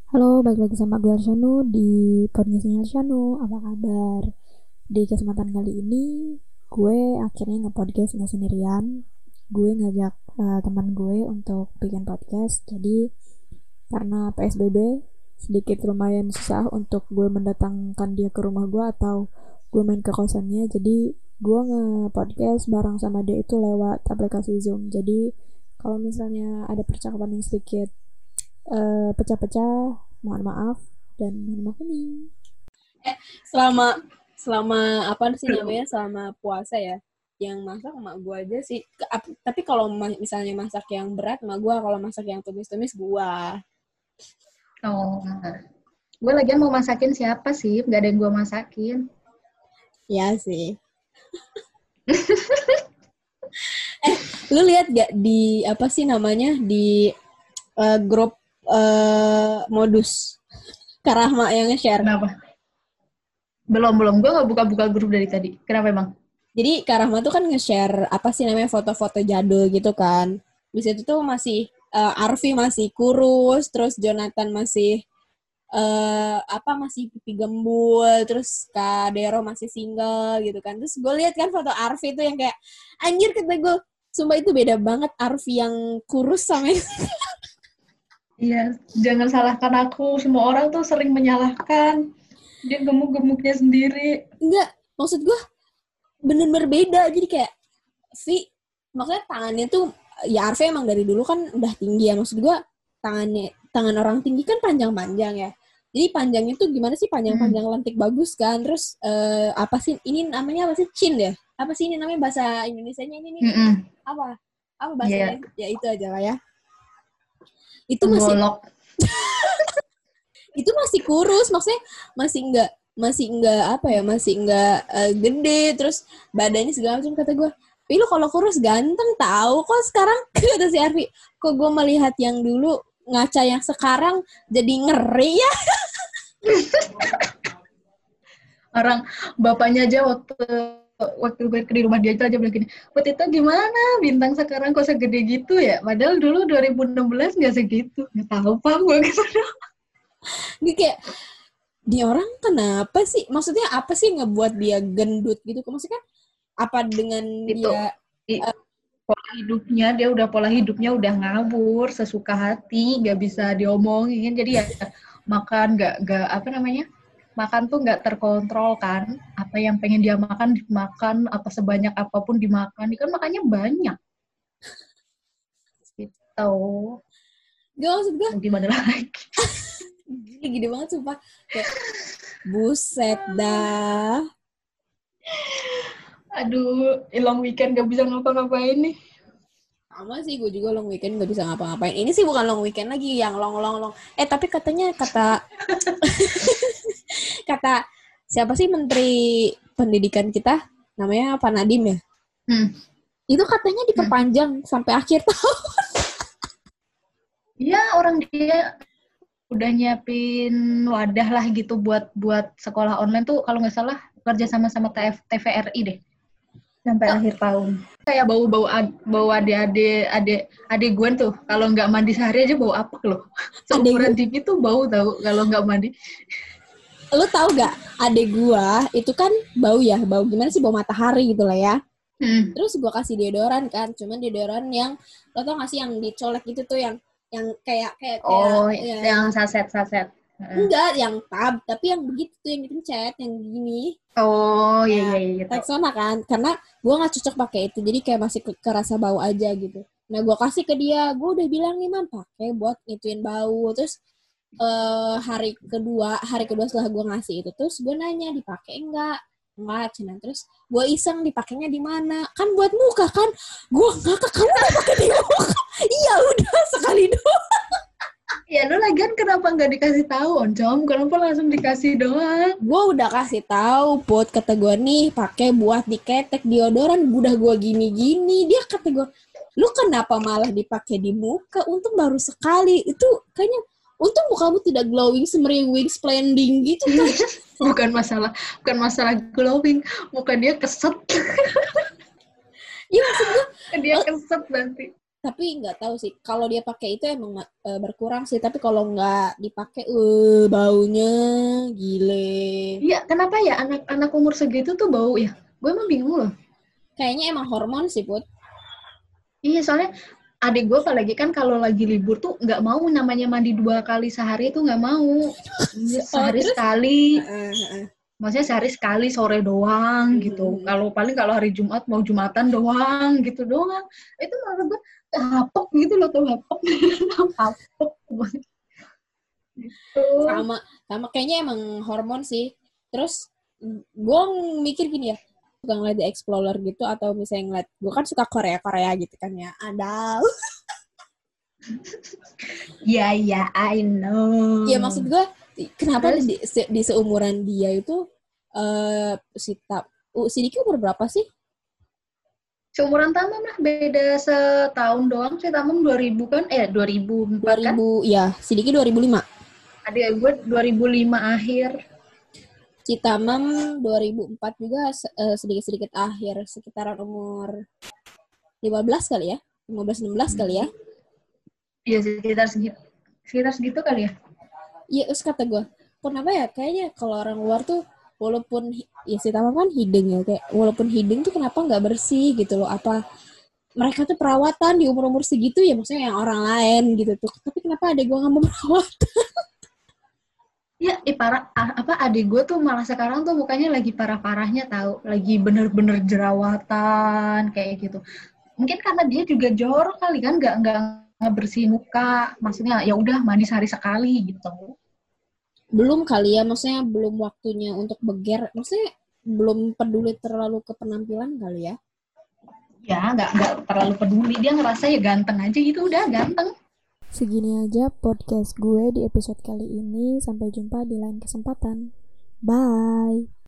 Halo, balik lagi sama gue Arsyanu di podcastnya Arsyanu. Apa kabar? Di kesempatan kali ini, gue akhirnya nge-podcast nggak sendirian. Gue ngajak teman gue untuk bikin podcast. Jadi, karena PSBB, sedikit lumayan susah untuk gue mendatangkan dia ke rumah gue atau gue main ke kosannya. Jadi, gue nge-podcast bareng sama dia itu lewat aplikasi Zoom. Jadi, kalau misalnya ada percakapan yang sedikit pecah-pecah, mohon maaf dan mohon maaf nih. selama selama apa sih namanya, selama puasa ya, yang masak emak gue aja sih. Tapi kalau misalnya masak yang berat emak gue, kalau masak yang tumis-tumis gue. Oh, gue lagian mau masakin siapa sih? Gak ada yang gue masakin. Ya sih. Lu lihat gak di apa sih namanya, di grup modus Karahma yang nge-share? Kenapa? Belum. Gue gak buka-buka grup dari tadi. Kenapa emang? Jadi Karahma tuh kan nge-share apa sih namanya, foto-foto jadul gitu kan. Di situ tuh masih Arfi masih kurus, terus Jonathan masih masih pipi gembul, terus Kak Dero masih single gitu kan. Terus gue lihat kan foto Arfi itu yang kayak anjir, kata gue, sumpah itu beda banget Arfi yang kurus sama yang... Iya, jangan salahkan aku. Semua orang tuh sering menyalahkan. Dia gemuk-gemuknya sendiri. Enggak, maksud gue bener-bener beda. Jadi kayak maksudnya tangannya tuh, ya Arfi emang dari dulu kan udah tinggi ya. Maksud gue tangan orang tinggi kan panjang-panjang ya. Jadi panjangnya tuh gimana sih, panjang-panjang lentik bagus kan. Terus apa sih ini namanya, apa sih, chin ya? Apa sih ini namanya bahasa Indonesianya ini nih? Apa? Apa bahasanya? Yeah. Ya itu aja lah ya. Itu Golok. itu masih kurus, maksudnya masih enggak apa ya, masih enggak gede, terus badannya segala macam. Kata gue, tapi lu kalau kurus ganteng tahu kok sekarang. Kata si Arfi, kok gue melihat yang dulu ngaca yang sekarang jadi ngeri ya. Orang bapaknya aja waktu gue di rumah dia aja bilang gini, "Put itu gimana? Bintang sekarang kok segede gitu ya? Padahal dulu 2016 nggak segitu." Nggak tahu, Pak, gue gitu. Dia kayak, dia orang kenapa sih? Maksudnya apa sih ngebuat dia gendut gitu? Maksudnya kan apa dengan Itu dia pola hidupnya udah ngabur, sesuka hati, nggak bisa diomongin. Jadi ya makan nggak apa namanya, makan tuh nggak terkontrol kan. Apa yang pengen dia makan dimakan, apa sebanyak apapun dimakan. Dia kan makannya banyak. Gitu. gak, maksud gue Gimana lagi? gede banget sumpah. Kayak buset dah. Aduh, long weekend gak bisa ngapa-ngapain nih. Sama sih, gue juga long weekend gak bisa ngapa-ngapain. Ini sih bukan long weekend lagi, yang long. Tapi katanya kata siapa sih menteri pendidikan kita? Namanya Pak Nadiem ya? Itu katanya diperpanjang sampai akhir tahun. Iya, orang dia udah nyiapin wadah lah gitu buat sekolah online tuh, kalau nggak salah kerja sama TVRI deh sampai akhir tahun. Kayak bau adik gue tuh kalau nggak mandi sehari aja bau apek loh. Seukuran dikit tuh bau tahu kalau nggak mandi. Lu tahu gak, adek gua itu kan bau gimana sih, bau matahari gitu lah ya. Terus gua kasih deodoran kan, cuman deodoran yang lo tau gak sih yang dicolek gitu tuh, yang kayak yang saset. Enggak, yang tab, tapi yang begitu tuh, yang dipencet, yang gini. Oh iya. Rexona kan, karena gue nggak cocok pakai itu, jadi kayak masih kerasa bau aja gitu. Nah gue kasih ke dia, gue udah bilang nih man, pakai buat ngituin bau. Terus hari kedua setelah gue ngasih itu, terus gue nanya dipakai enggak cina. Terus gue iseng, dipakainya di mana, kan buat muka kan. Gue ngakak, kamu udah pakai di muka? Iya udah sekali doang. Ya lu lagian kenapa nggak dikasih tahu, Oncom? Kenapa langsung dikasih doang? Gue udah kasih tahu, Put, kata gue nih pakai buat diketek deodoran, udah gue gini. Dia kata gue, lu kenapa malah dipakai di muka? Untung baru sekali. Itu kayaknya untung mukamu tidak glowing, semeriwing, splending gitu kan. bukan masalah glowing, muka dia keset. Iya maksud gue, dia keset nanti. Tapi nggak tahu sih. Kalau dia pakai itu emang berkurang sih. Tapi kalau nggak dipakai, baunya gile. Iya, kenapa ya anak-anak umur segitu tuh bau ya? Gue emang bingung loh. Kayaknya emang hormon sih, Put. Iya, soalnya adik gue apalagi kan kalau lagi libur tuh nggak mau namanya mandi 2 kali sehari itu nggak mau. Sehari terus? sekali. Maksudnya sehari sekali sore doang gitu. Kalau hari Jumat mau Jumatan doang gitu doang. Itu menurut gue hapok gitu loh tuh hapok. Hapok banget. Gitu. Sama kayaknya emang hormon sih. Terus gue mikir gini ya, suka ngeliat The Explorer gitu atau misalnya ngeliat, gue kan suka Korea gitu kan ya. Ada. Ya, I know. Ya maksud gue, kenapa di seumuran dia itu si Diki umur berapa sih? Seumuran Tamam lah, beda setahun doang sih. Tamam 2000 kan? 2004 kan? 2000, ya, si Diki 2005. Adik gue 2005 akhir. Si Tamam 2004 juga sedikit-sedikit akhir, sekitaran umur 15 kali ya? 15-16 kali ya? Iya, sekitar segitu kali ya? Iya, terus kata gue, kenapa ya? Kayaknya kalau orang luar tuh, walaupun, ya si Tamam kan hidung ya, kayak walaupun hidung tuh kenapa nggak bersih gitu loh, apa mereka tuh perawatan di umur-umur segitu ya, maksudnya yang orang lain gitu tuh, tapi kenapa adek gue nggak mau perawatan? Ya, adik gue tuh malah sekarang tuh mukanya lagi parah-parahnya tahu, lagi bener-bener jerawatan kayak gitu. Mungkin karena dia juga jorok kali kan, nggak bersih muka, maksudnya ya udah mandi sehari sekali gitu. Belum kali ya, maksudnya belum waktunya untuk beger, maksudnya belum peduli terlalu ke penampilan kali ya. Ya, nggak terlalu peduli, dia ngerasa ya ganteng aja gitu, udah ganteng. Segini aja podcast gue di episode kali ini. Sampai jumpa di lain kesempatan. Bye.